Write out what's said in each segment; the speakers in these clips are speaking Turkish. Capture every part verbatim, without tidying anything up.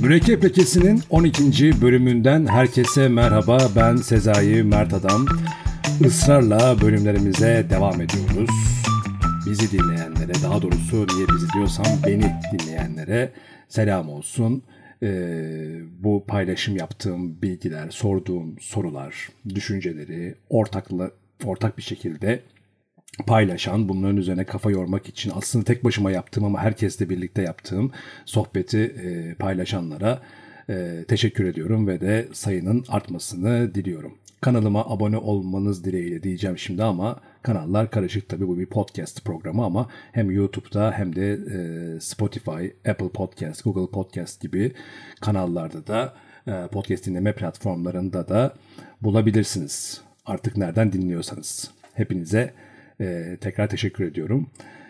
Mürekkep Lekesi'nin on ikinci bölümünden herkese merhaba. Ben Sezai Mert Adam. Israrla bölümlerimize devam ediyoruz. Bizi dinleyenlere, daha doğrusu niye bizi diyorsam beni dinleyenlere selam olsun. Ee, bu paylaşım yaptığım bilgiler, sorduğum sorular, düşünceleri ortakla, ortak bir şekilde paylaşan, bunların üzerine kafa yormak için aslında tek başıma yaptığım ama herkesle birlikte yaptığım sohbeti e, paylaşanlara e, teşekkür ediyorum ve de sayının artmasını diliyorum. Kanalıma abone olmanız dileğiyle diyeceğim şimdi ama kanallar karışık tabii, bu bir podcast programı ama hem YouTube'da hem de e, Spotify, Apple Podcast, Google Podcast gibi kanallarda da e, podcast dinleme platformlarında da bulabilirsiniz. Artık nereden dinliyorsanız. Hepinize Ee, tekrar teşekkür ediyorum.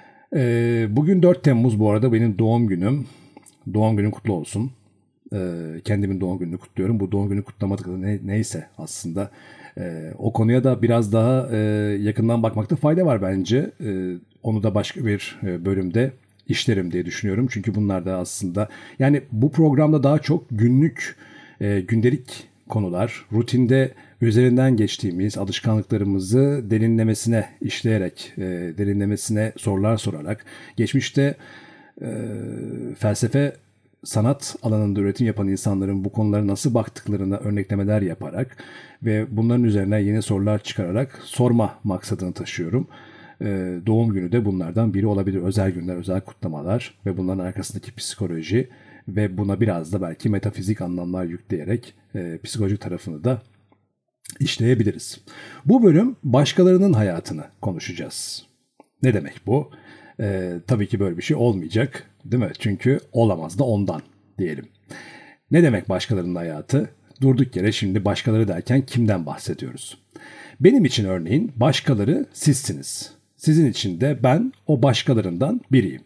Ee, bugün dört Temmuz, bu arada benim doğum günüm. Doğum günün kutlu olsun. Ee, kendimin doğum gününü kutluyorum. Bu doğum günü kutlamadık da ne, neyse aslında. Ee, o konuya da biraz daha e, yakından bakmakta fayda var bence. Ee, onu da başka bir bölümde işlerim diye düşünüyorum. Çünkü bunlar da aslında, yani bu programda daha çok günlük, e, gündelik konular, rutinde üzerinden geçtiğimiz alışkanlıklarımızı derinlemesine işleyerek, e, derinlemesine sorular sorarak, geçmişte e, felsefe, sanat alanında üretim yapan insanların bu konulara nasıl baktıklarına örneklemeler yaparak ve bunların üzerine yeni sorular çıkararak sorma maksadını taşıyorum. E, doğum günü de bunlardan biri olabilir. Özel günler, özel kutlamalar ve bunların arkasındaki psikoloji ve buna biraz da belki metafizik anlamlar yükleyerek e, psikolojik tarafını da işleyebiliriz. Bu bölüm başkalarının hayatını konuşacağız. Ne demek bu? Ee, tabii ki böyle bir şey olmayacak, değil mi? Çünkü olamaz da ondan diyelim. Ne demek başkalarının hayatı? Durduk yere şimdi başkaları derken kimden bahsediyoruz? Benim için örneğin başkaları sizsiniz. Sizin için de ben o başkalarından biriyim.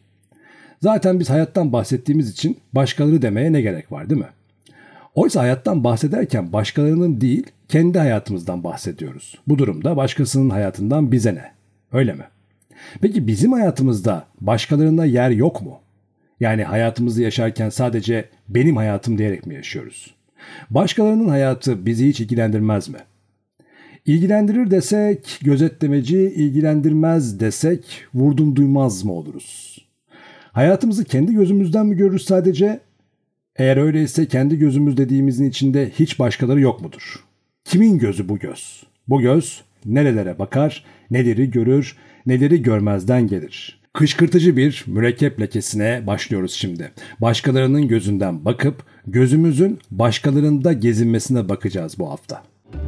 Zaten biz hayattan bahsettiğimiz için başkaları demeye ne gerek var, değil mi? Oysa hayattan bahsederken başkalarının değil, kendi hayatımızdan bahsediyoruz. Bu durumda başkasının hayatından bize ne? Öyle mi? Peki bizim hayatımızda başkalarına yer yok mu? Yani hayatımızı yaşarken sadece benim hayatım diyerek mi yaşıyoruz? Başkalarının hayatı bizi hiç ilgilendirmez mi? İlgilendirir desek gözetlemeci, ilgilendirmez desek vurdum duymaz mı oluruz? Hayatımızı kendi gözümüzden mi görürüz sadece? Eğer öyleyse kendi gözümüz dediğimizin içinde hiç başkaları yok mudur? Kimin gözü bu göz? Bu göz nerelere bakar, neleri görür, neleri görmezden gelir? Kışkırtıcı bir mürekkep lekesine başlıyoruz şimdi. Başkalarının gözünden bakıp gözümüzün başkalarında gezinmesine bakacağız bu hafta.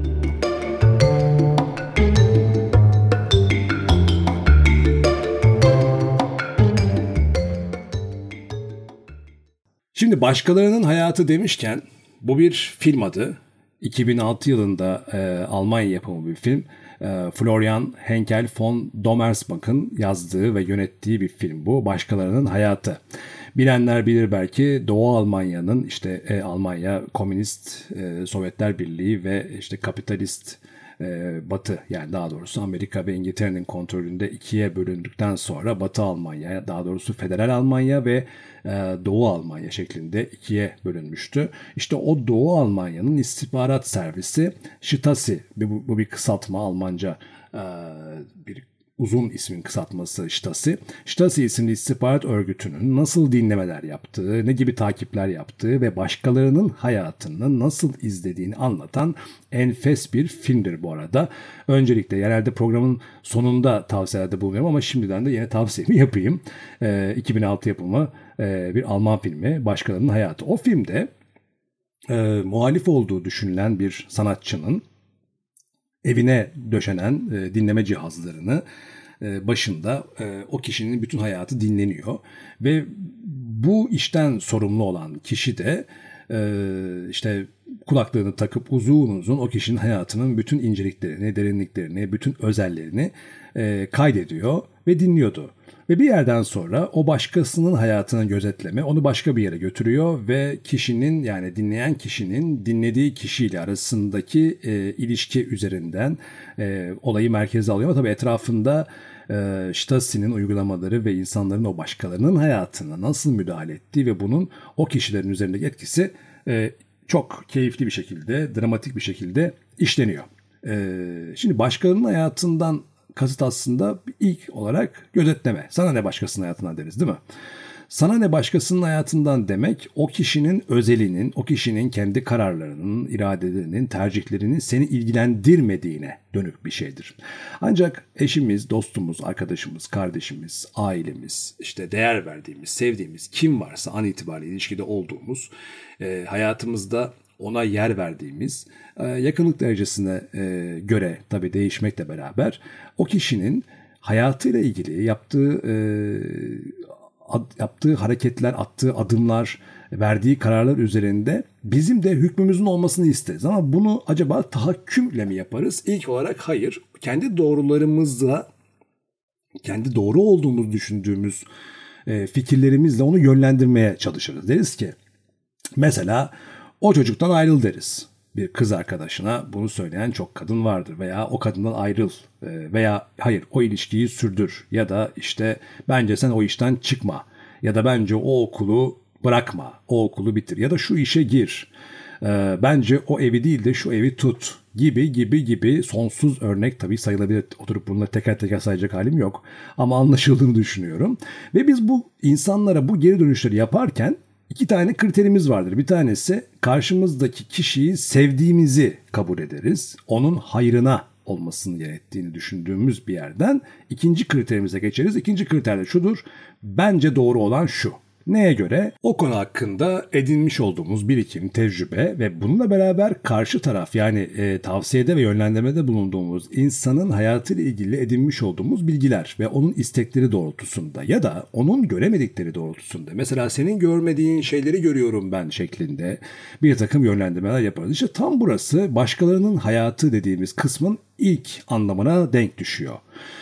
Şimdi başkalarının hayatı demişken bu bir film adı. iki bin altı yılında e, Almanya yapımı bir film. E, Florian Henkel von Dommersbach'ın yazdığı ve yönettiği bir film bu. Başkalarının hayatı. Bilenler bilir belki, Doğu Almanya'nın, işte e, Almanya komünist, e, Sovyetler Birliği ve işte kapitalist e, Batı, yani daha doğrusu Amerika ve İngiltere'nin kontrolünde ikiye bölündükten sonra Batı Almanya, daha doğrusu Federal Almanya ve e, Doğu Almanya şeklinde ikiye bölünmüştü. İşte o Doğu Almanya'nın istihbarat servisi Stasi, bu, bu bir kısaltma, Almanca e, bir uzun ismin kısaltması Stasi. Stasi isimli istihbarat örgütünün nasıl dinlemeler yaptığı, ne gibi takipler yaptığı ve başkalarının hayatını nasıl izlediğini anlatan enfes bir filmdir bu arada. Öncelikle genelde programın sonunda tavsiyelerde bulunuyorum ama şimdiden de yine tavsiyemi yapayım. E, iki bin altı yapımı e, bir Alman filmi, Başkalarının Hayatı. O filmde e, muhalif olduğu düşünülen bir sanatçının evine döşenen e, dinleme cihazlarını e, başında e, o kişinin bütün hayatı dinleniyor ve bu işten sorumlu olan kişi de e, işte kulaklığını takıp uzun uzun o kişinin hayatının bütün inceliklerini, derinliklerini, bütün özellerini e, kaydediyor ve dinliyordu. Ve bir yerden sonra o başkasının hayatını gözetleme onu başka bir yere götürüyor ve kişinin, yani dinleyen kişinin dinlediği kişiyle arasındaki e, ilişki üzerinden e, olayı merkeze alıyor. Ama tabii etrafında e, Stasi'nin uygulamaları ve insanların o başkalarının hayatına nasıl müdahale ettiği ve bunun o kişilerin üzerindeki etkisi e, çok keyifli bir şekilde, dramatik bir şekilde işleniyor. E, şimdi başkalarının hayatından kasıt aslında ilk olarak gözetleme. Sana ne başkasının hayatından deriz, değil mi? Sana ne başkasının hayatından demek, o kişinin özelinin, o kişinin kendi kararlarının, iradelerinin, tercihlerinin seni ilgilendirmediğine dönük bir şeydir. Ancak eşimiz, dostumuz, arkadaşımız, kardeşimiz, ailemiz, işte değer verdiğimiz, sevdiğimiz kim varsa an itibariyle ilişkide olduğumuz, e, hayatımızda ona yer verdiğimiz, yakınlık derecesine göre tabii değişmekle beraber o kişinin hayatıyla ilgili yaptığı yaptığı hareketler, attığı adımlar, verdiği kararlar üzerinde bizim de hükmümüzün olmasını isteriz. Ama bunu acaba tahakkümle mi yaparız? İlk olarak hayır. Kendi doğrularımızla, kendi doğru olduğumuzu düşündüğümüz fikirlerimizle onu yönlendirmeye çalışırız. Deriz ki mesela o çocuktan ayrıl deriz. Bir kız arkadaşına bunu söyleyen çok kadın vardır. Veya o kadından ayrıl. Veya hayır o ilişkiyi sürdür. Ya da işte bence sen o işten çıkma. Ya da bence o okulu bırakma. O okulu bitir. Ya da şu işe gir. Bence o evi değil de şu evi tut. Gibi gibi gibi sonsuz örnek tabii sayılabilir. Oturup bunları teker teker sayacak halim yok. Ama anlaşıldığını düşünüyorum. Ve biz bu insanlara bu geri dönüşleri yaparken İki tane kriterimiz vardır. Bir tanesi karşımızdaki kişiyi sevdiğimizi kabul ederiz. Onun hayrına olmasını gerektiğini düşündüğümüz bir yerden ikinci kriterimize geçeriz. İkinci kriter de şudur. Bence doğru olan şu. Neye göre? O konu hakkında edinmiş olduğumuz birikim, tecrübe ve bununla beraber karşı taraf, yani e, tavsiyede ve yönlendirmede bulunduğumuz insanın hayatıyla ilgili edinmiş olduğumuz bilgiler ve onun istekleri doğrultusunda ya da onun göremedikleri doğrultusunda, mesela senin görmediğin şeyleri görüyorum ben şeklinde bir takım yönlendirmeler yaparız. İşte tam burası başkalarının hayatı dediğimiz kısmın ilk anlamına denk düşüyor.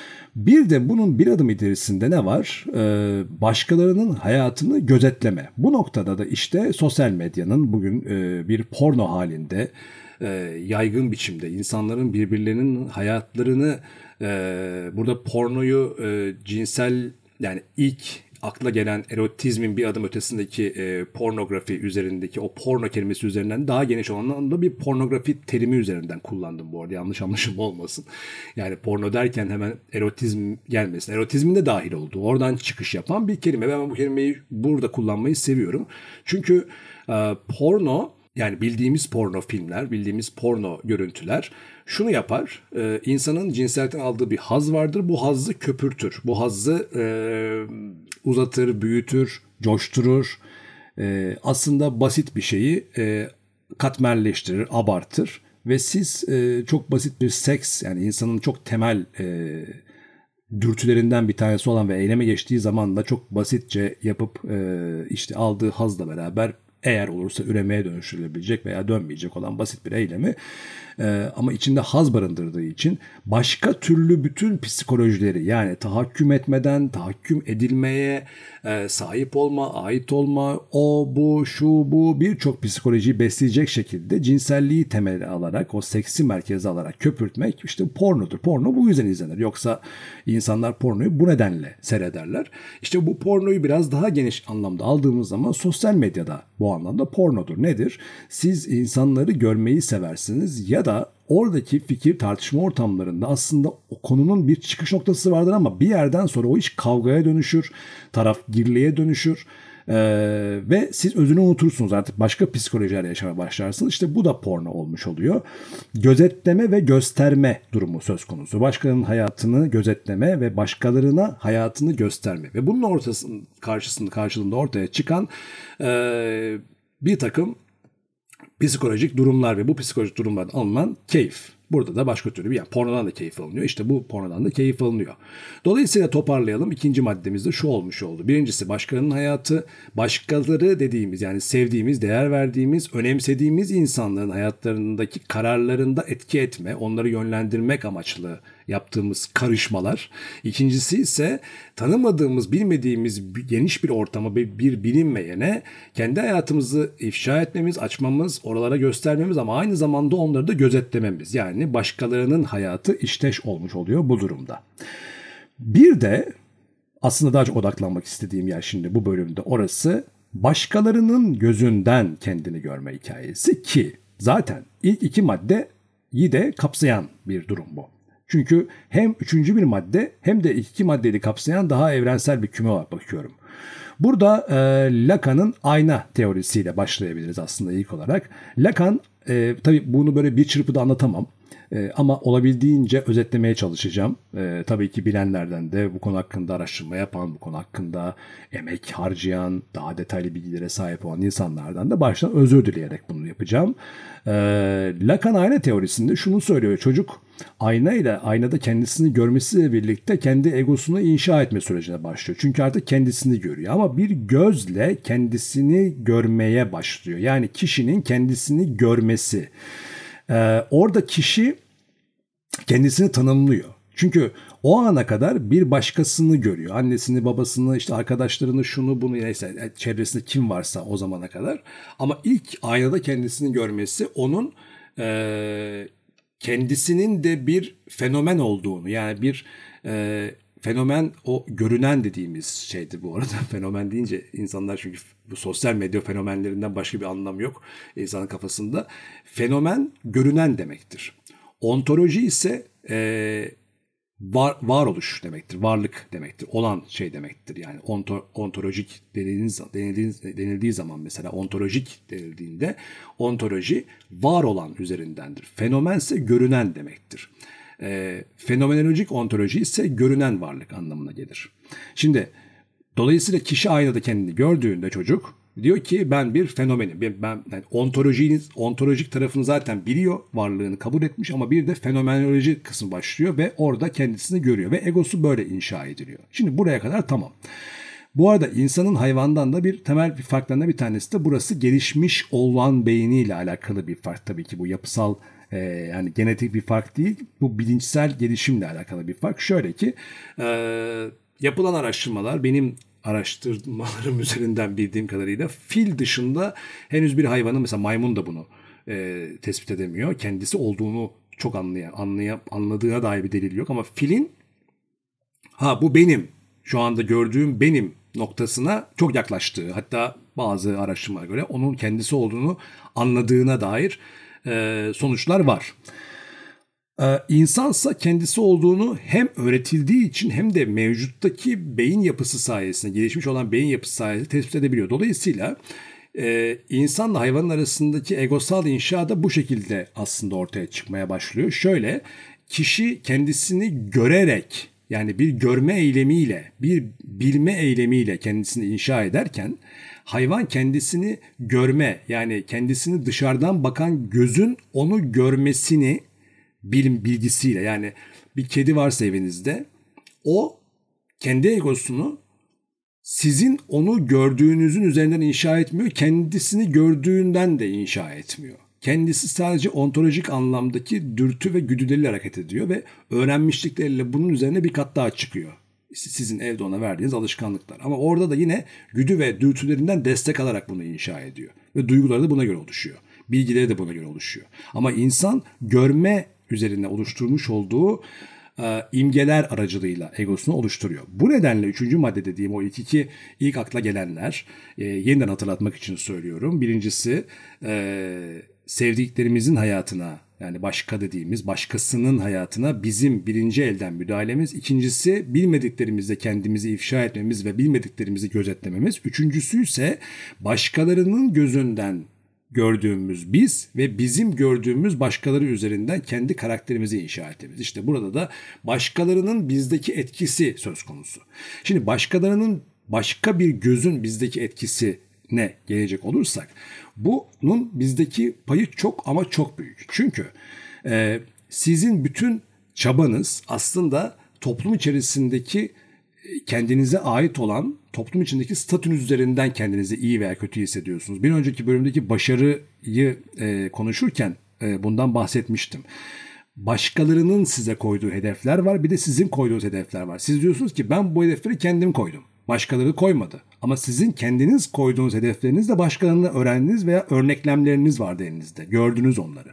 Bir de bunun bir adım ilerisinde ne var? Ee, başkalarının hayatını gözetleme. Bu noktada da işte sosyal medyanın bugün e, bir porno halinde e, yaygın biçimde insanların birbirlerinin hayatlarını, e, burada pornoyu e, cinsel, yani ilk akla gelen erotizmin bir adım ötesindeki e, pornografi üzerindeki o porno kelimesi üzerinden daha geniş olan da bir pornografi terimi üzerinden kullandım bu arada, yanlış anlaşılma olmasın. Yani porno derken hemen erotizm gelmesin. Erotizmin de dahil olduğu, oradan çıkış yapan bir kelime. Ben bu kelimeyi burada kullanmayı seviyorum. Çünkü e, porno, yani bildiğimiz porno filmler, bildiğimiz porno görüntüler şunu yapar. E, insanın cinsellikten aldığı bir haz vardır. Bu hazzı köpürtür. Bu hazzı e, uzatır, büyütür, coşturur. E, aslında basit bir şeyi e, katmerleştirir, abartır. Ve siz e, çok basit bir seks, yani insanın çok temel e, dürtülerinden bir tanesi olan ve eyleme geçtiği zaman da çok basitçe yapıp e, işte aldığı hazla beraber, eğer olursa üremeye dönüştürülebilecek veya dönmeyecek olan basit bir eylemi e, ama içinde haz barındırdığı için başka türlü bütün psikolojileri, yani tahakküm etmeden, tahakküm edilmeye e, sahip olma, ait olma, o, bu, şu, bu birçok psikolojiyi besleyecek şekilde cinselliği temel alarak, o seksi merkeze alarak köpürtmek işte pornodur. Porno bu yüzden izlenir. Yoksa insanlar pornoyu bu nedenle seyrederler. İşte bu pornoyu biraz daha geniş anlamda aldığımız zaman sosyal medyada bu anlamda pornodur. Nedir? Siz insanları görmeyi seversiniz ya da oradaki fikir tartışma ortamlarında aslında o konunun bir çıkış noktası vardır ama bir yerden sonra o iş kavgaya dönüşür, tarafgirliğe dönüşür. Ee, ve siz özünü unutursunuz, artık başka psikolojilerle yaşamaya başlarsınız. İşte bu da porno olmuş oluyor. Gözetleme ve gösterme durumu söz konusu. Başkalarının hayatını gözetleme ve başkalarına hayatını gösterme. Ve bunun ortasının karşısında karşılığında ortaya çıkan e, bir takım psikolojik durumlar ve bu psikolojik durumlardan alınan keyif. Burada da başka türlü bir, yani pornodan da keyif alınıyor. İşte bu pornodan da keyif alınıyor. Dolayısıyla toparlayalım. İkinci maddemiz de şu olmuş oldu. Birincisi başkalarının hayatı, başkaları dediğimiz, yani sevdiğimiz, değer verdiğimiz, önemsediğimiz insanların hayatlarındaki kararlarında etki etme, onları yönlendirmek amaçlı yaptığımız karışmalar. İkincisi ise tanımadığımız, bilmediğimiz geniş bir ortama, bir, bir bilinmeyene kendi hayatımızı ifşa etmemiz, açmamız, oralara göstermemiz ama aynı zamanda onları da gözetlememiz. Yani başkalarının hayatı işteş olmuş oluyor bu durumda. Bir de aslında daha çok odaklanmak istediğim yer şimdi bu bölümde orası, başkalarının gözünden kendini görme hikayesi ki zaten ilk iki maddeyi de kapsayan bir durum bu. Çünkü hem üçüncü bir madde hem de iki maddeyi de kapsayan daha evrensel bir küme var bakıyorum. Burada e, Lacan'ın ayna teorisiyle başlayabiliriz aslında ilk olarak. Lacan, e, tabii bunu böyle bir çırpıda anlatamam. E, ama olabildiğince özetlemeye çalışacağım. E, tabii ki bilenlerden de bu konu hakkında araştırma yapan, bu konu hakkında emek harcayan, daha detaylı bilgilere sahip olan insanlardan da baştan özür dileyerek bunu yapacağım. E, Lacan ayna teorisinde şunu söylüyor. Çocuk aynayla, aynada kendisini görmesiyle birlikte kendi egosunu inşa etme sürecine başlıyor. Çünkü artık kendisini görüyor ama bir gözle kendisini görmeye başlıyor. Yani kişinin kendisini görmesi. Ee, orada kişi kendisini tanımlıyor. Çünkü o ana kadar bir başkasını görüyor. Annesini, babasını, işte arkadaşlarını, şunu bunu neyse çevresinde kim varsa o zamana kadar. Ama ilk aynada kendisini görmesi onun e, kendisinin de bir fenomen olduğunu, yani bir e, fenomen, o görünen dediğimiz şeydir bu arada. Fenomen deyince insanlar, çünkü bu sosyal medya fenomenlerinden başka bir anlam yok insanın kafasında. Fenomen görünen demektir. Ontoloji ise e, var, varoluş demektir, varlık demektir, olan şey demektir. Yani onto, ontolojik denildiği, denildiği, denildiği zaman mesela ontolojik denildiğinde ontoloji var olan üzerindendir. Fenomen ise görünen demektir. E, fenomenolojik ontoloji ise görünen varlık anlamına gelir. Şimdi dolayısıyla kişi aynada kendini gördüğünde çocuk diyor ki ben bir fenomenim. Ben, ben yani ontolojiniz, ontolojik tarafını zaten biliyor, varlığını kabul etmiş ama bir de fenomenoloji kısmı başlıyor ve orada kendisini görüyor ve egosu böyle inşa ediliyor. Şimdi buraya kadar tamam. Bu arada insanın hayvandan da bir temel bir farklarından bir tanesi de burası gelişmiş olan beyniyle alakalı bir fark, tabii ki bu yapısal e, yani genetik bir fark değil, bu bilinçsel gelişimle alakalı bir fark. Şöyle ki e, yapılan araştırmalar, benim araştırmalarım üzerinden bildiğim kadarıyla fil dışında henüz bir hayvanın, mesela maymun da bunu e, tespit edemiyor. Kendisi olduğunu çok anlayan, anlaya, anladığına dair bir delil yok ama filin ha bu benim, şu anda gördüğüm benim noktasına çok yaklaştığı, hatta bazı araştırmalara göre onun kendisi olduğunu anladığına dair e, sonuçlar var. Ee, insansa kendisi olduğunu hem öğretildiği için hem de mevcuttaki beyin yapısı sayesinde, gelişmiş olan beyin yapısı sayesinde tespit edebiliyor. Dolayısıyla e, insanla hayvanın arasındaki egosal inşa da bu şekilde aslında ortaya çıkmaya başlıyor. Şöyle, kişi kendisini görerek, yani bir görme eylemiyle, bir bilme eylemiyle kendisini inşa ederken, hayvan kendisini görme, yani kendisini dışarıdan bakan gözün onu görmesini bilim bilgisiyle, yani bir kedi varsa evinizde, o kendi egosunu sizin onu gördüğünüzün üzerinden inşa etmiyor, kendisini gördüğünden de inşa etmiyor. Kendisi sadece ontolojik anlamdaki dürtü ve güdüleriyle hareket ediyor ve öğrenmişlikleriyle bunun üzerine bir kat daha çıkıyor. Sizin evde ona verdiğiniz alışkanlıklar. Ama orada da yine güdü ve dürtülerinden destek alarak bunu inşa ediyor. Ve duyguları da buna göre oluşuyor. Bilgileri de buna göre oluşuyor. Ama insan görme üzerine oluşturmuş olduğu e, imgeler aracılığıyla egosunu oluşturuyor. Bu nedenle üçüncü madde dediğim o ilk iki ilk akla gelenler, e, yeniden hatırlatmak için söylüyorum. Birincisi e, sevdiklerimizin hayatına, yani başka dediğimiz başkasının hayatına bizim birinci elden müdahalemiz. İkincisi bilmediklerimizde kendimizi ifşa etmemiz ve bilmediklerimizi gözetlememiz. Üçüncüsü ise başkalarının gözünden gördüğümüz biz ve bizim gördüğümüz başkaları üzerinden kendi karakterimizi inşa etmemiz. İşte burada da başkalarının bizdeki etkisi söz konusu. Şimdi başkalarının, başka bir gözün bizdeki etkisine gelecek olursak, bunun bizdeki payı çok ama çok büyük. Çünkü e, sizin bütün çabanız aslında toplum içerisindeki kendinize ait olan, toplum içindeki statünüz üzerinden kendinizi iyi veya kötü hissediyorsunuz. Bir önceki bölümdeki başarıyı e, konuşurken e, bundan bahsetmiştim. başkalarının size koyduğu hedefler var. Bir de sizin koyduğunuz hedefler var. Siz diyorsunuz ki ben bu hedefleri kendim koydum. Başkaları koymadı. Ama sizin kendiniz koyduğunuz hedefleriniz de başkalarından öğrendiğiniz veya örneklemleriniz vardı elinizde. Gördünüz onları.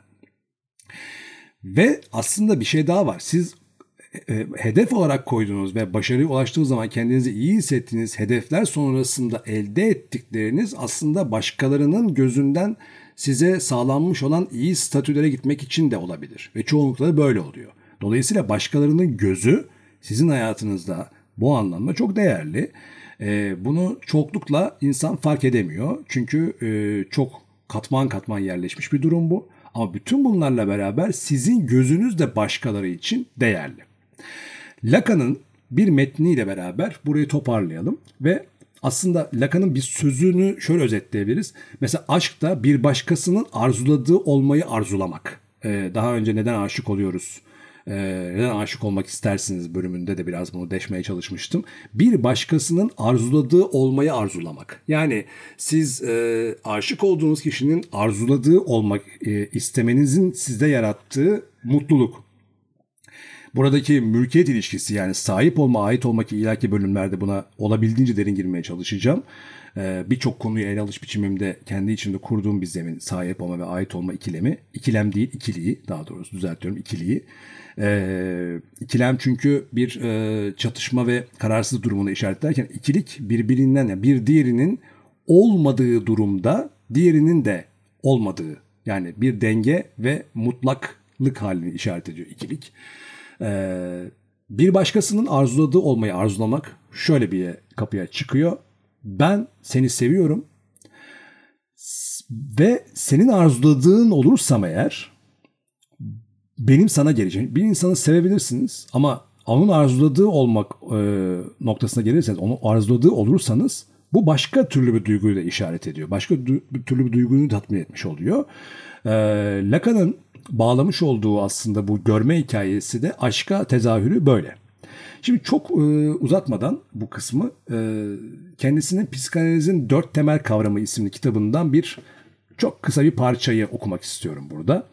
Ve aslında bir şey daha var. Siz e, hedef olarak koyduğunuz ve başarıya ulaştığınız zaman kendinizi iyi hissettiğiniz hedefler sonrasında elde ettikleriniz aslında başkalarının gözünden size sağlanmış olan iyi statülere gitmek için de olabilir. Ve çoğunlukla da böyle oluyor. Dolayısıyla başkalarının gözü sizin hayatınızda bu anlamda çok değerli. E, bunu çoklukla insan fark edemiyor. Çünkü e, çok katman katman yerleşmiş bir durum bu. Ama bütün bunlarla beraber sizin gözünüz de başkaları için değerli. Lacan'ın bir metniyle beraber burayı toparlayalım ve aslında Lacan'ın bir sözünü şöyle özetleyebiliriz. Mesela aşk da bir başkasının arzuladığı olmayı arzulamak. Ee, daha önce neden aşık oluyoruz? Ee, neden aşık olmak istersiniz bölümünde de biraz bunu deşmeye çalışmıştım. Bir başkasının arzuladığı olmayı arzulamak. Yani siz e, aşık olduğunuz kişinin arzuladığı olmak e, istemenizin sizde yarattığı mutluluk. Buradaki mülkiyet ilişkisi yani sahip olma, ait olma ki ileriki bölümlerde buna olabildiğince derin girmeye çalışacağım. Ee, Birçok konuyu ele alış biçimimde kendi içimde kurduğum bir zemin sahip olma ve ait olma ikilemi. İkilem değil ikiliği daha doğrusu düzeltiyorum ikiliği. Ee, ikilem çünkü bir e, çatışma ve kararsız durumunu işaretlerken ikilik birbirinden yani bir diğerinin olmadığı durumda diğerinin de olmadığı yani bir denge ve mutlaklık halini işaret ediyor ikilik. Ee, bir başkasının arzuladığı olmayı arzulamak şöyle bir kapıya çıkıyor. Ben seni seviyorum ve senin arzuladığın olursam eğer benim sana geleceğim. Bir insanı sevebilirsiniz ama onun arzuladığı olmak e, noktasına gelirseniz, onu arzuladığı olursanız bu başka türlü bir duyguyu da işaret ediyor. Başka du- bir türlü bir duyguyu tatmin etmiş oluyor. E, Lacan'ın bağlamış olduğu aslında bu görme hikayesi de aşka tezahürü böyle. Şimdi çok e, uzatmadan bu kısmı e, kendisinin Psikanalizin Dört Temel Kavramı isimli kitabından bir çok kısa bir parçayı okumak istiyorum burada.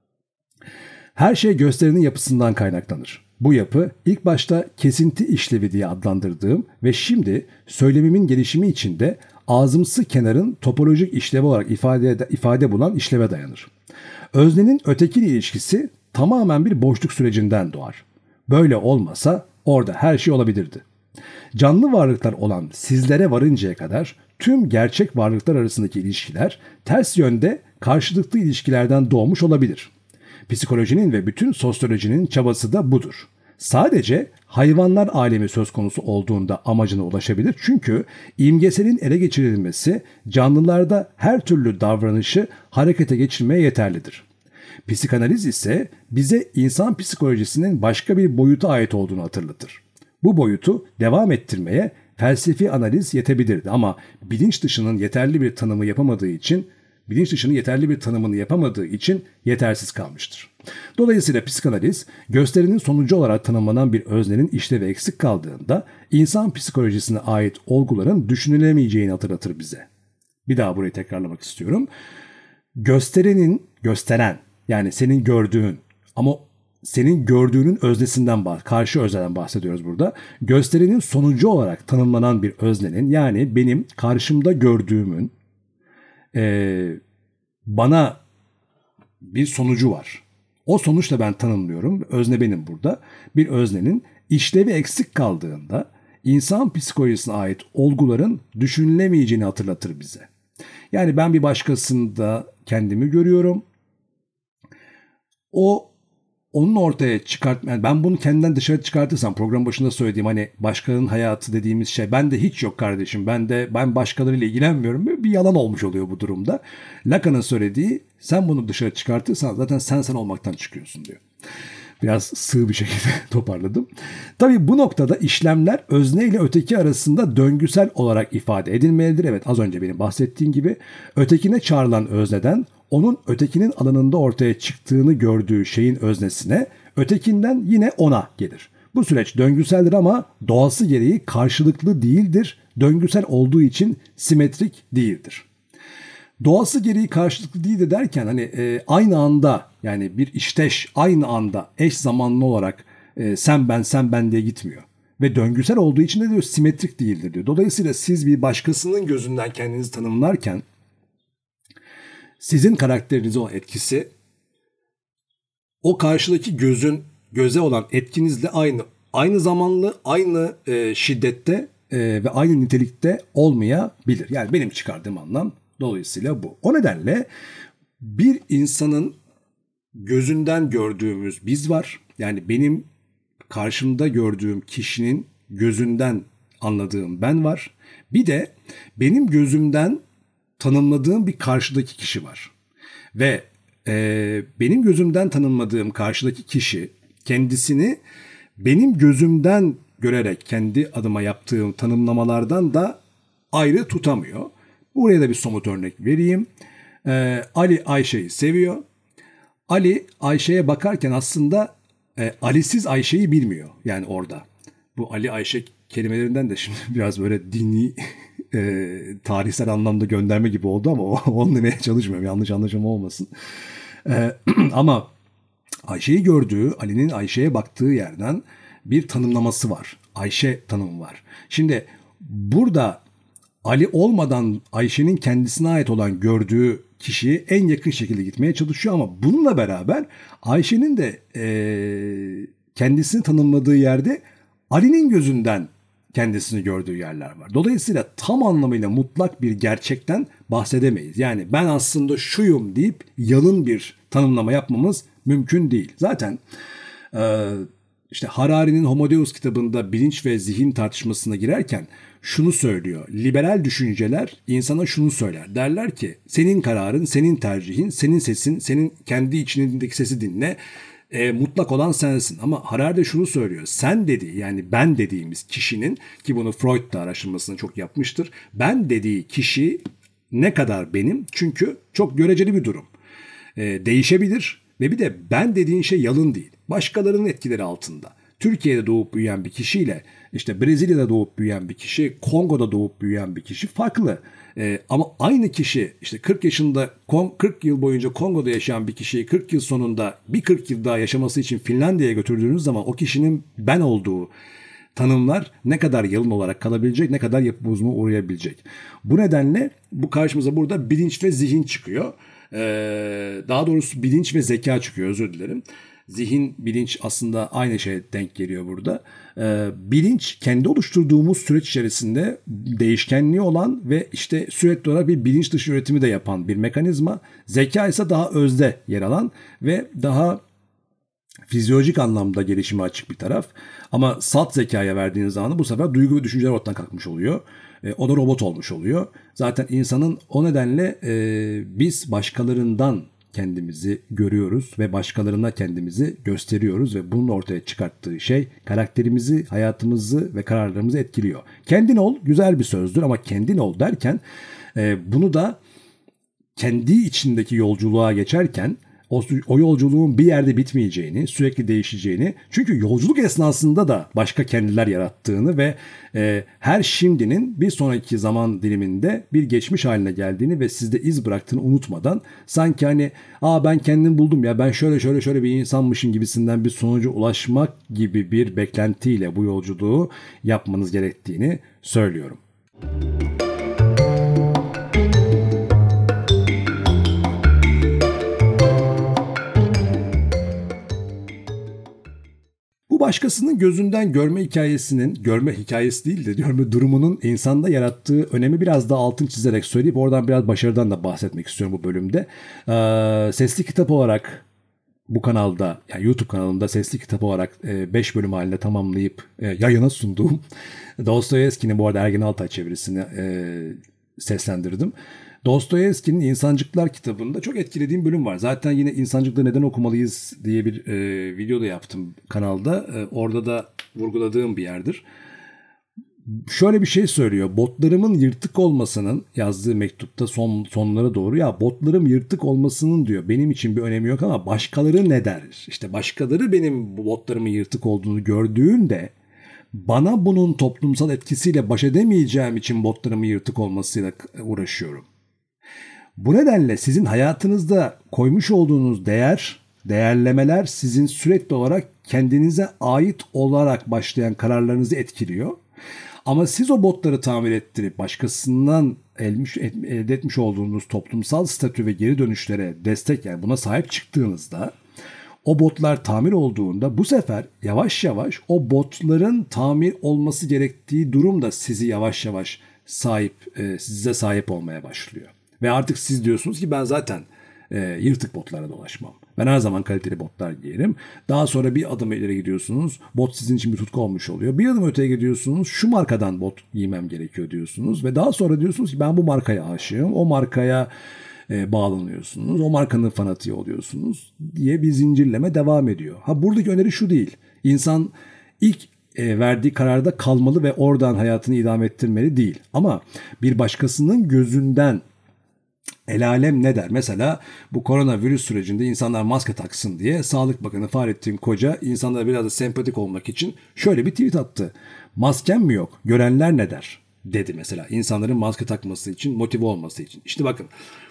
Her şey gösterinin yapısından kaynaklanır. Bu yapı ilk başta kesinti işlevi diye adlandırdığım ve şimdi söylemimin gelişimi içinde ağzımsı kenarın topolojik işlevi olarak ifade, ifade bulan işleve dayanır. Öznenin ötekiyle ilişkisi tamamen bir boşluk sürecinden doğar. Böyle olmasa orada her şey olabilirdi. Canlı varlıklar olan sizlere varıncaya kadar tüm gerçek varlıklar arasındaki ilişkiler ters yönde karşılıklı ilişkilerden doğmuş olabilir. Psikolojinin ve bütün sosyolojinin çabası da budur. Sadece hayvanlar alemi söz konusu olduğunda amacına ulaşabilir. Çünkü imgeselin ele geçirilmesi canlılarda her türlü davranışı harekete geçirmeye yeterlidir. Psikanaliz ise bize insan psikolojisinin başka bir boyuta ait olduğunu hatırlatır. Bu boyutu devam ettirmeye felsefi analiz yetebilirdi ama bilinç dışının yeterli bir tanımı yapamadığı için bilinç dışının yeterli bir tanımını yapamadığı için yetersiz kalmıştır. Dolayısıyla psikanaliz, gösterinin sonucu olarak tanımlanan bir öznenin işlevi eksik kaldığında insan psikolojisine ait olguların düşünülemeyeceğini hatırlatır bize. Bir daha burayı tekrarlamak istiyorum. Gösterinin, gösteren yani senin gördüğün ama senin gördüğünün öznesinden bahsediyoruz. Karşı özneden bahsediyoruz burada. Gösterinin sonucu olarak tanımlanan bir öznenin yani benim karşımda gördüğümün Ee, bana bir sonucu var. O sonuçla ben tanımlıyorum. Özne benim burada. Bir öznenin işlevi eksik kaldığında insan psikolojisine ait olguların düşünülemeyeceğini hatırlatır bize. Yani ben bir başkasında kendimi görüyorum. O onun ortaya çıkart, yani ben bunu kendimden dışarı çıkartırsam program başında söylediğim hani başkalarının hayatı dediğimiz şey bende hiç yok kardeşim. Ben de ben başkalarıyla ilgilenmiyorum. Bir yalan olmuş oluyor bu durumda. Lacan'ın söylediği sen bunu dışarı çıkartırsan zaten sen sen olmaktan çıkıyorsun diyor. Biraz sığ bir şekilde toparladım. Tabii bu noktada işlemler özne ile öteki arasında döngüsel olarak ifade edilmelidir. Evet az önce benim bahsettiğim gibi ötekine çağrılan özneden onun ötekinin alanında ortaya çıktığını gördüğü şeyin öznesine, ötekinden yine ona gelir. Bu süreç döngüseldir ama doğası gereği karşılıklı değildir. Döngüsel olduğu için simetrik değildir. Doğası gereği karşılıklı değil de derken hani e, aynı anda, yani bir işteş aynı anda eş zamanlı olarak e, sen ben sen ben diye gitmiyor. Ve döngüsel olduğu için de diyor simetrik değildir diyor. Dolayısıyla siz bir başkasının gözünden kendinizi tanımlarken sizin karakterinize olan etkisi o karşıdaki gözün göze olan etkinizle aynı aynı zamanlı, aynı e, şiddette e, ve aynı nitelikte olmayabilir. Yani benim çıkardığım anlam dolayısıyla bu. O nedenle bir insanın gözünden gördüğümüz biz var. Yani benim karşımda gördüğüm kişinin gözünden anladığım ben var. Bir de benim gözümden tanımladığım bir karşıdaki kişi var. Ve e, benim gözümden tanımladığım karşıdaki kişi kendisini benim gözümden görerek kendi adıma yaptığım tanımlamalardan da ayrı tutamıyor. Buraya da bir somut örnek vereyim. E, Ali Ayşe'yi seviyor. Ali Ayşe'ye bakarken aslında e, Ali'siz Ayşe'yi bilmiyor yani orada. Bu Ali Ayşe kelimelerinden de şimdi biraz böyle dini e, tarihsel anlamda gönderme gibi oldu ama onu demeye çalışmıyorum. Yanlış anlaşılma olmasın. E, ama Ayşe'yi gördüğü, Ali'nin Ayşe'ye baktığı yerden bir tanımlaması var. Ayşe tanımı var. Şimdi burada Ali olmadan Ayşe'nin kendisine ait olan gördüğü kişiye en yakın şekilde gitmeye çalışıyor ama bununla beraber Ayşe'nin de e, kendisini tanımladığı yerde Ali'nin gözünden kendisini gördüğü yerler var. Dolayısıyla tam anlamıyla mutlak bir gerçekten bahsedemeyiz. Yani ben aslında şuyum deyip yalın bir tanımlama yapmamız mümkün değil. Zaten e, işte Harari'nin Homo Deus kitabında bilinç ve zihin tartışmasına girerken şunu söylüyor. Liberal düşünceler insana şunu söyler. Derler ki senin kararın, senin tercihin, senin sesin, senin kendi içindeki sesi dinle. E, mutlak olan sensin. Ama Harari de şunu söylüyor. Sen dediği, yani ben dediğimiz kişinin, ki bunu Freud da araştırmasını çok yapmıştır. Ben dediği kişi ne kadar benim? Çünkü çok göreceli bir durum. E, değişebilir ve bir de ben dediğin şey yalın değil. Başkalarının etkileri altında. Türkiye'de doğup büyüyen bir kişiyle işte Brezilya'da doğup büyüyen bir kişi, Kongo'da doğup büyüyen bir kişi farklı. Ee, ama aynı kişi işte kırk yaşında kırk yıl boyunca Kongo'da yaşayan bir kişiyi kırk yıl sonunda bir kırk yıl daha yaşaması için Finlandiya'ya götürdüğünüz zaman o kişinin ben olduğu tanımlar ne kadar yalın olarak kalabilecek, ne kadar yapı bozuma uğrayabilecek. Bu nedenle bu karşımıza burada bilinç ve zihin çıkıyor. Ee, daha doğrusu bilinç ve zeka çıkıyor, özür dilerim. Zihin, bilinç aslında aynı şeye denk geliyor burada. Ee, bilinç kendi oluşturduğumuz süreç içerisinde değişkenliği olan ve işte sürekli olarak bir bilinç dışı üretimi de yapan bir mekanizma. Zeka ise daha özde yer alan ve daha fizyolojik anlamda gelişime açık bir taraf. Ama salt zekaya verdiğiniz zaman bu sefer duygu ve düşünceler ortadan kalkmış oluyor. E, o da robot olmuş oluyor. Zaten insanın o nedenle e, biz başkalarından kendimizi görüyoruz ve başkalarına kendimizi gösteriyoruz ve bunun ortaya çıkarttığı şey karakterimizi, hayatımızı ve kararlarımızı etkiliyor. Kendin ol güzel bir sözdür ama kendin ol derken e, bunu da kendi içindeki yolculuğa geçerken o, o yolculuğun bir yerde bitmeyeceğini, sürekli değişeceğini, çünkü yolculuk esnasında da başka kendiler yarattığını ve e, her şimdinin bir sonraki zaman diliminde bir geçmiş haline geldiğini ve sizde iz bıraktığını unutmadan sanki hani aa ben kendim buldum ya, ben şöyle şöyle şöyle bir insanmışım gibisinden bir sonuca ulaşmak gibi bir beklentiyle bu yolculuğu yapmanız gerektiğini söylüyorum. Bu başkasının gözünden görme hikayesinin, görme hikayesi değil de görme durumunun insanda yarattığı önemi biraz daha altın çizerek söyleyip oradan biraz başarıdan da bahsetmek istiyorum bu bölümde. Ee, sesli kitap olarak bu kanalda, yani YouTube kanalında sesli kitap olarak beş bölüm halinde tamamlayıp e, yayına sunduğum Dostoyevski'nin, bu arada Ergen Altay çevirisini e, seslendirdim. Dostoyevski'nin İnsancıklar kitabında çok etkilediğim bölüm var. Zaten yine İnsancıkları neden okumalıyız diye bir e, video da yaptım kanalda. E, orada da vurguladığım bir yerdir. Şöyle bir şey söylüyor. Botlarımın yırtık olmasının, yazdığı mektupta son sonlara doğru, ya botlarım yırtık olmasının diyor benim için bir önemi yok ama başkaları ne der? İşte başkaları benim bu botlarımın yırtık olduğunu gördüğünde bana bunun toplumsal etkisiyle baş edemeyeceğim için botlarımın yırtık olmasıyla uğraşıyorum. Bu nedenle sizin hayatınızda koymuş olduğunuz değer, değerlemeler sizin sürekli olarak kendinize ait olarak başlayan kararlarınızı etkiliyor. Ama siz o botları tamir ettirip başkasından elmiş, elde etmiş olduğunuz toplumsal statü ve geri dönüşlere destek, yani buna sahip çıktığınızda, o botlar tamir olduğunda bu sefer yavaş yavaş o botların tamir olması gerektiği durum da sizi yavaş yavaş sahip, size sahip olmaya başlıyor. Ve artık siz diyorsunuz ki ben zaten e, yırtık botlara dolaşmam. Ben her zaman kaliteli botlar giyerim. Daha sonra bir adım ileri gidiyorsunuz. Bot sizin için bir tutku olmuş oluyor. Bir adım öteye gidiyorsunuz. Şu markadan bot giymem gerekiyor diyorsunuz. Ve daha sonra diyorsunuz ki ben bu markaya aşığım. O markaya e, bağlanıyorsunuz. O markanın fanatiği oluyorsunuz diye bir zincirleme devam ediyor. Ha, buradaki öneri şu değil. İnsan ilk e, verdiği kararda kalmalı ve oradan hayatını idame ettirmeli değil. Ama bir başkasının gözünden el alem ne der? Mesela bu koronavirüs sürecinde insanlar maske taksın diye Sağlık Bakanı Fahrettin Koca insanlara biraz da sempatik olmak için şöyle bir tweet attı. Maskem mi yok? Görenler ne der? Dedi mesela. İnsanların maske takması için, motive olması için. İşte bakın,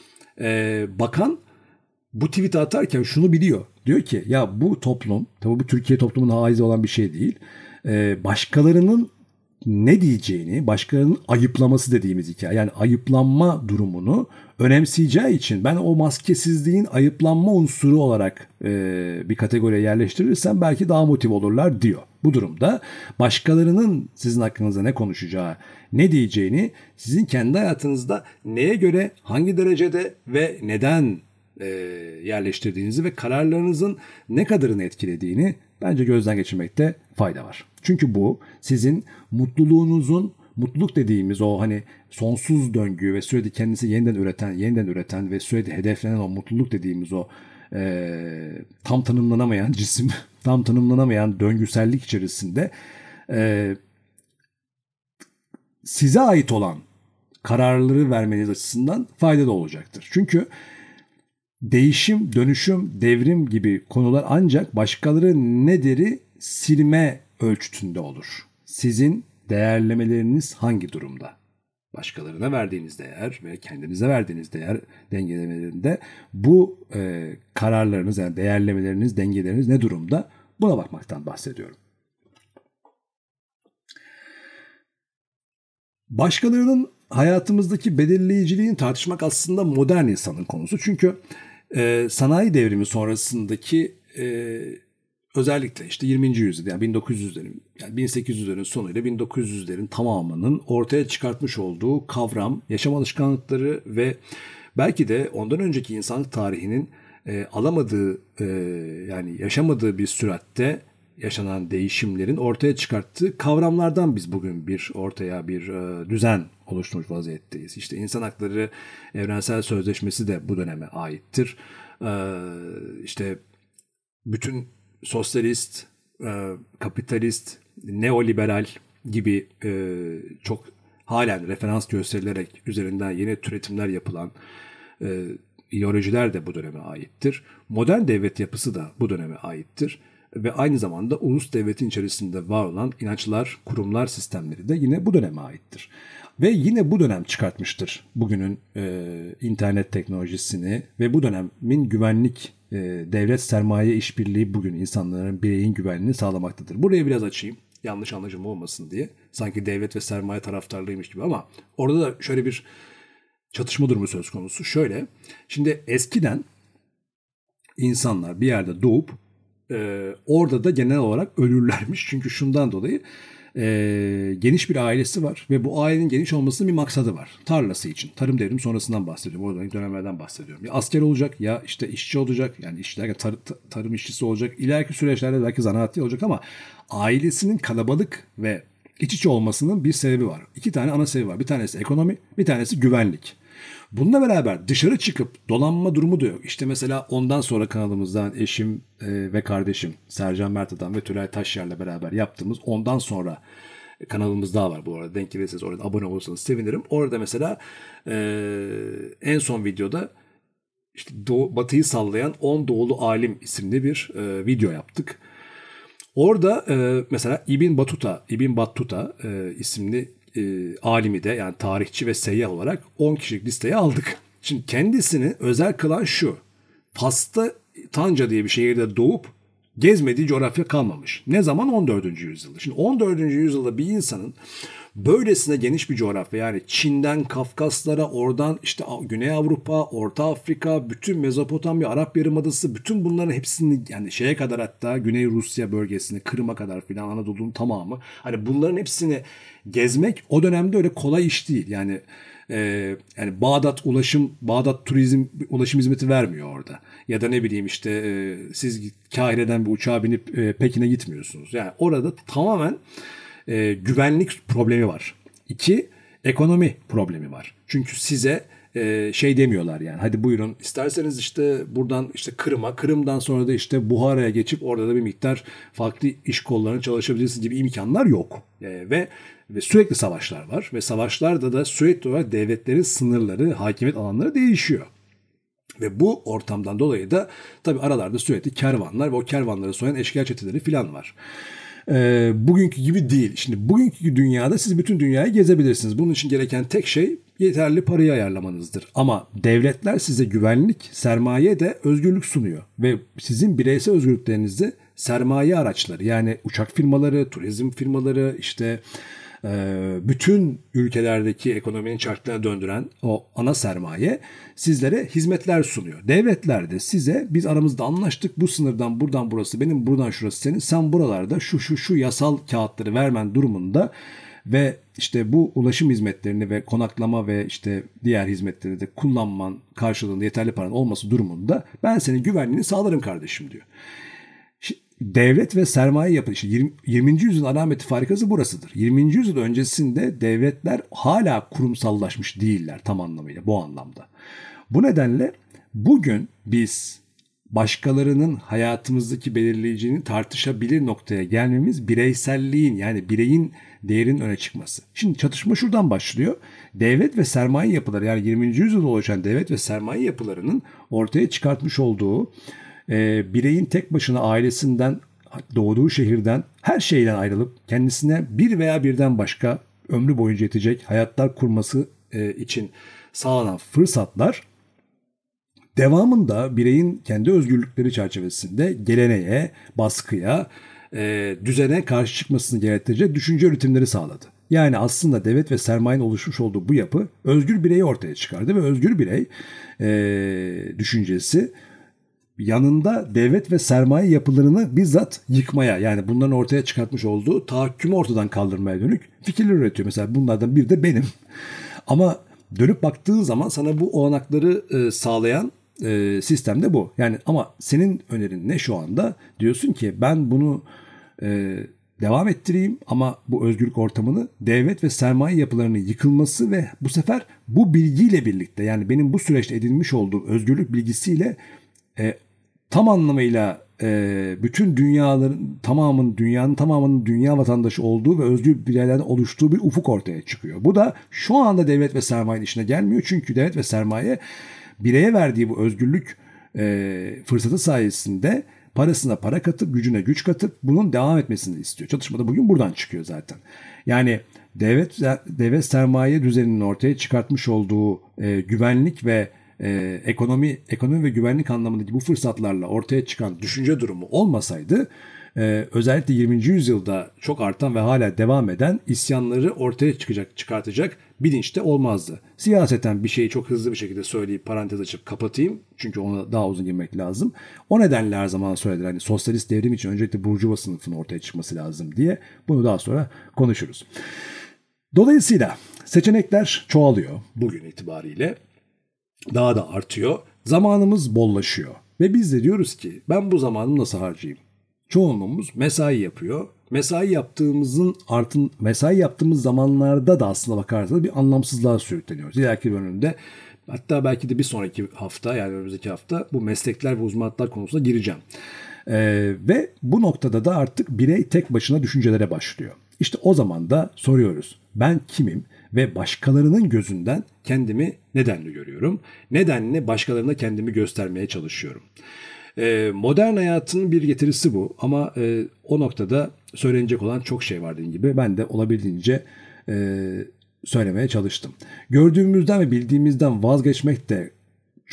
e, bakan bu tweet atarken şunu biliyor. Diyor ki ya bu toplum, tabii bu Türkiye toplumuna haiz olan bir şey değil. E, başkalarının ne diyeceğini, başkalarının ayıplaması dediğimiz hikaye, yani ayıplanma durumunu önemseyeceği için ben o maskesizliğin ayıplanma unsuru olarak e, bir kategoriye yerleştirirsem belki daha motive olurlar diyor. Bu durumda başkalarının sizin hakkınızda ne konuşacağı, ne diyeceğini sizin kendi hayatınızda neye göre, hangi derecede ve neden e, yerleştirdiğinizi ve kararlarınızın ne kadarını etkilediğini bence gözden geçirmekte fayda var. Çünkü bu sizin mutluluğunuzun, mutluluk dediğimiz o hani sonsuz döngü ve sürekli kendisi yeniden üreten, yeniden üreten ve sürekli hedeflenen o mutluluk dediğimiz o e, tam tanımlanamayan cisim, tam tanımlanamayan döngüsellik içerisinde e, size ait olan kararları vermeniz açısından faydalı olacaktır. Çünkü değişim, dönüşüm, devrim gibi konular ancak başkaları ne deri silme ölçütünde olur. Sizin değerlemeleriniz hangi durumda? Başkalarına verdiğiniz değer ve kendinize verdiğiniz değer dengelemelerinde bu e, kararlarınız, yani değerlemeleriniz, dengeleriniz ne durumda? Buna bakmaktan bahsediyorum. Başkalarının hayatımızdaki belirleyiciliğini tartışmak aslında modern insanın konusu. Çünkü e, sanayi devrimi sonrasındaki e, özellikle işte yirminci yüzyıl, yani bin dokuz yüzlerin, yani bin sekiz yüzlerin sonuyla bin dokuz yüzlerin tamamının ortaya çıkartmış olduğu kavram, yaşam alışkanlıkları ve belki de ondan önceki insanlık tarihinin e, alamadığı, e, yani yaşamadığı bir süratte yaşanan değişimlerin ortaya çıkarttığı kavramlardan biz bugün bir ortaya bir e, düzen oluşturmuş vaziyetteyiz. İşte İnsan Hakları Evrensel Sözleşmesi de bu döneme aittir. E, işte bütün sosyalist, e, kapitalist, neoliberal gibi e, çok halen referans gösterilerek üzerinden yeni türetimler yapılan e, ideolojiler de bu döneme aittir. Modern devlet yapısı da bu döneme aittir. Ve aynı zamanda ulus devletin içerisinde var olan inançlar, kurumlar, sistemleri de yine bu döneme aittir. Ve yine bu dönem çıkartmıştır bugünün e, internet teknolojisini ve bu dönemin güvenlik, e, devlet sermaye işbirliği bugün insanların, bireyin güvenliğini sağlamaktadır. Burayı biraz açayım, yanlış anlaşılma olmasın diye. Sanki devlet ve sermaye taraftarlıymış gibi, ama orada da şöyle bir çatışma durumu söz konusu. Şöyle, şimdi eskiden insanlar bir yerde doğup Ee, orada da genel olarak ölürlermiş. Çünkü şundan dolayı e, geniş bir ailesi var ve bu ailenin geniş olmasının bir maksadı var. Tarlası için. Tarım devrimi sonrasından bahsediyorum. Oradan dönemlerden bahsediyorum. Ya asker olacak, ya işte işçi olacak. Yani işçi derken tar- tarım işçisi olacak. İleriki süreçlerde belki zanaatçı olacak, ama ailesinin kalabalık ve iç içe olmasının bir sebebi var. İki tane ana sebebi var. Bir tanesi ekonomi, bir tanesi güvenlik. Bununla beraber dışarı çıkıp dolanma durumu da yok. İşte mesela ondan sonra kanalımızdan eşim e, ve kardeşim Sercan Mert'den ve Tülay Taşyer'le beraber yaptığımız ondan sonra kanalımız daha var bu arada. Denk gelirseniz orada abone olursanız sevinirim. Orada mesela e, en son videoda işte Doğu, Batı'yı sallayan on Doğulu Alim isimli bir e, video yaptık. Orada e, mesela İbn Battuta, İbn Battuta e, isimli e, alimi de, yani tarihçi ve seyyah olarak on kişilik listeye aldık. Şimdi kendisini özel kılan şu. Fas'ta Tanca diye bir şehirde doğup gezmediği coğrafya kalmamış. Ne zaman? on dördüncü yüzyılda. Şimdi on dördüncü yüzyılda bir insanın böylesine geniş bir coğrafya, yani Çin'den Kafkaslara, oradan işte Güney Avrupa, Orta Afrika, bütün Mezopotamya, Arap Yarımadası, bütün bunların hepsini, yani şeye kadar, hatta Güney Rusya bölgesini, Kırım'a kadar filan, Anadolu'nun tamamı, hani bunların hepsini gezmek o dönemde öyle kolay iş değil. Yani Ee, yani Bağdat ulaşım, Bağdat turizm ulaşım hizmeti vermiyor orada. Ya da ne bileyim işte e, siz Kahire'den bir uçağa binip e, Pekin'e gitmiyorsunuz. Yani orada tamamen e, güvenlik problemi var. İki, ekonomi problemi var. Çünkü size e, şey demiyorlar yani, hadi buyurun isterseniz işte buradan işte Kırım'a, Kırım'dan sonra da işte Buhara'ya geçip orada da bir miktar farklı iş kollarına çalışabilirsiniz gibi imkanlar yok. E, ve ve sürekli savaşlar var ve savaşlarda da sürekli olarak devletlerin sınırları, hakimiyet alanları değişiyor. Ve bu ortamdan dolayı da tabii aralarda sürekli kervanlar ve o kervanları soyan eşkıya çeteleri falan var. Ee, bugünkü gibi değil. Şimdi bugünkü dünyada siz bütün dünyayı gezebilirsiniz. Bunun için gereken tek şey yeterli parayı ayarlamanızdır. Ama devletler size güvenlik, sermaye de özgürlük sunuyor. Ve sizin bireysel özgürlüklerinizi sermaye araçları, yani uçak firmaları, turizm firmaları, işte bütün ülkelerdeki ekonominin çarklarına döndüren o ana sermaye sizlere hizmetler sunuyor. Devletler de size, biz aramızda anlaştık, bu sınırdan buradan burası benim, buradan şurası senin, sen buralarda şu şu şu yasal kağıtları vermen durumunda ve işte bu ulaşım hizmetlerini ve konaklama ve işte diğer hizmetleri de kullanman karşılığında yeterli paran olması durumunda ben senin güvenliğini sağlarım kardeşim diyor. Devlet ve sermaye yapı, işte yirminci yüzyılın alameti farikası burasıdır. yirminci yüzyıl öncesinde devletler hala kurumsallaşmış değiller tam anlamıyla, bu anlamda. Bu nedenle bugün biz başkalarının hayatımızdaki belirleyiciliğini tartışabilir noktaya gelmemiz bireyselliğin, yani bireyin değerinin öne çıkması. Şimdi çatışma şuradan başlıyor. Devlet ve sermaye yapıları, yani yirminci yüzyılda oluşan devlet ve sermaye yapılarının ortaya çıkartmış olduğu e, bireyin tek başına ailesinden, doğduğu şehirden, her şeyden ayrılıp kendisine bir veya birden başka ömrü boyunca yetecek hayatlar kurması e, için sağlanan fırsatlar devamında bireyin kendi özgürlükleri çerçevesinde geleneğe, baskıya, e, düzene karşı çıkmasını gerektirecek düşünce üretimleri sağladı. Yani aslında devlet ve sermayenin oluşmuş olduğu bu yapı özgür bireyi ortaya çıkardı ve özgür birey e, düşüncesi yanında devlet ve sermaye yapılarını bizzat yıkmaya, yani bunların ortaya çıkartmış olduğu tahakkümü ortadan kaldırmaya dönük fikirler üretiyor. Mesela bunlardan biri de benim. Ama dönüp baktığın zaman sana bu olanakları e, sağlayan e, sistem de bu. Yani ama senin önerin ne şu anda? Diyorsun ki ben bunu e, devam ettireyim ama bu özgürlük ortamını devlet ve sermaye yapılarının yıkılması ve bu sefer bu bilgiyle birlikte, yani benim bu süreçte edinmiş olduğum özgürlük bilgisiyle e, tam anlamıyla e, bütün dünyaların tamamının, dünyanın tamamının dünya vatandaşı olduğu ve özgür bireylerden oluştuğu bir ufuk ortaya çıkıyor. Bu da şu anda devlet ve sermayenin işine gelmiyor. Çünkü devlet ve sermaye bireye verdiği bu özgürlük e, fırsatı sayesinde parasına para katıp, gücüne güç katıp bunun devam etmesini istiyor. Çatışma da bugün buradan çıkıyor zaten. Yani devlet, devlet sermaye düzeninin ortaya çıkartmış olduğu e, güvenlik ve Ee, ekonomi ekonomi ve güvenlik anlamındaki bu fırsatlarla ortaya çıkan düşünce durumu olmasaydı e, özellikle yirminci yüzyılda çok artan ve hala devam eden isyanları ortaya çıkacak, çıkartacak bilinç de olmazdı. Siyaseten bir şeyi çok hızlı bir şekilde söyleyip parantez açıp kapatayım. Çünkü ona daha uzun girmek lazım. O nedenle her zaman söylenir. Hani sosyalist devrim için öncelikle burjuva sınıfının ortaya çıkması lazım diye. Bunu daha sonra konuşuruz. Dolayısıyla seçenekler çoğalıyor bugün itibariyle. Daha da artıyor. Zamanımız bollaşıyor. Ve biz de diyoruz ki ben bu zamanımı nasıl harcayayım? Çoğunluğumuz mesai yapıyor. Mesai yaptığımızın artın mesai yaptığımız zamanlarda da aslında bakarsanız bir anlamsızlığa sürükleniyoruz. İleriki bölümde, hatta belki de bir sonraki hafta, yani önümüzdeki hafta bu meslekler ve uzmanlıklar konusuna gireceğim. Ee, ve bu noktada da artık birey tek başına düşüncelere başlıyor. İşte o zaman da soruyoruz. Ben kimim? Ve başkalarının gözünden kendimi nedenli görüyorum? Nedenli başkalarına kendimi göstermeye çalışıyorum. Ee, modern hayatın bir getirisi bu. Ama e, o noktada söylenecek olan çok şey var dediğim gibi. Ben de olabildiğince e, söylemeye çalıştım. Gördüğümüzden ve bildiğimizden vazgeçmek de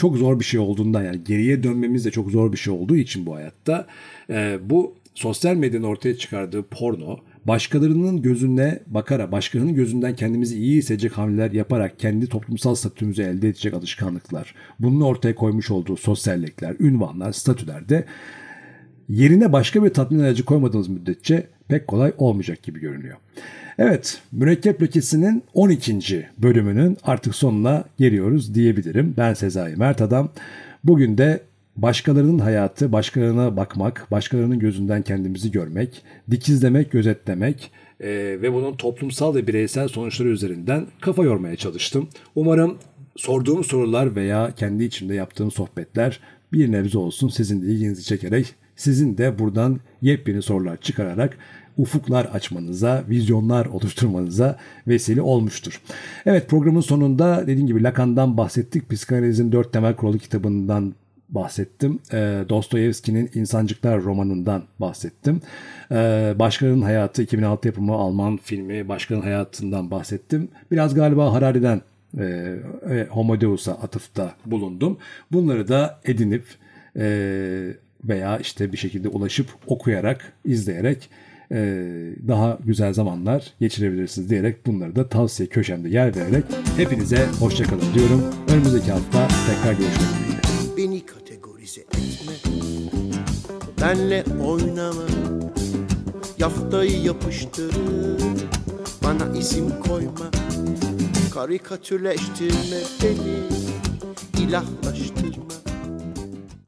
çok zor bir şey olduğundan, yani geriye dönmemiz de çok zor bir şey olduğu için bu hayatta e, bu sosyal medyanın ortaya çıkardığı porno, başkalarının gözüne bakarak, başkalarının gözünden kendimizi iyi hissedecek hamleler yaparak kendi toplumsal statümüzü elde edecek alışkanlıklar, bunun ortaya koymuş olduğu sosyallikler, ünvanlar, statüler de yerine başka bir tatmin aracı koymadığınız müddetçe pek kolay olmayacak gibi görünüyor. Evet, Mürekkep Lekesi'nin on ikinci bölümünün artık sonuna geliyoruz diyebilirim. Ben Sezai Mert Adam. Bugün de başkalarının hayatı, başkalarına bakmak, başkalarının gözünden kendimizi görmek, dikizlemek, gözetlemek e, ve bunun toplumsal ve bireysel sonuçları üzerinden kafa yormaya çalıştım. Umarım sorduğum sorular veya kendi içimde yaptığım sohbetler bir nebze olsun sizin de ilginizi çekerek, sizin de buradan yepyeni sorular çıkararak ufuklar açmanıza, vizyonlar oluşturmanıza vesile olmuştur. Evet, programın sonunda dediğim gibi Lacan'dan bahsettik. Psikanalizin Dört Temel Kuralı kitabından bahsettim. E, Dostoyevski'nin İnsancıklar romanından bahsettim. E, Başkalarının Hayatı iki bin altı yapımı Alman filmi Başkalarının Hayatından bahsettim. Biraz galiba Harari'den e, Homo Deus'a atıfta bulundum. Bunları da edinip e, veya işte bir şekilde ulaşıp okuyarak, izleyerek daha güzel zamanlar geçirebilirsiniz diyerek bunları da tavsiye köşemde yer vererek hepinize hoşçakalın diyorum. Önümüzdeki hafta tekrar görüşmek dileğiyle. Beni kategorize etme, benle oynama, yaftayı yapıştırır, bana isim koyma, karikatürleştirme beni, ilahlaştırma.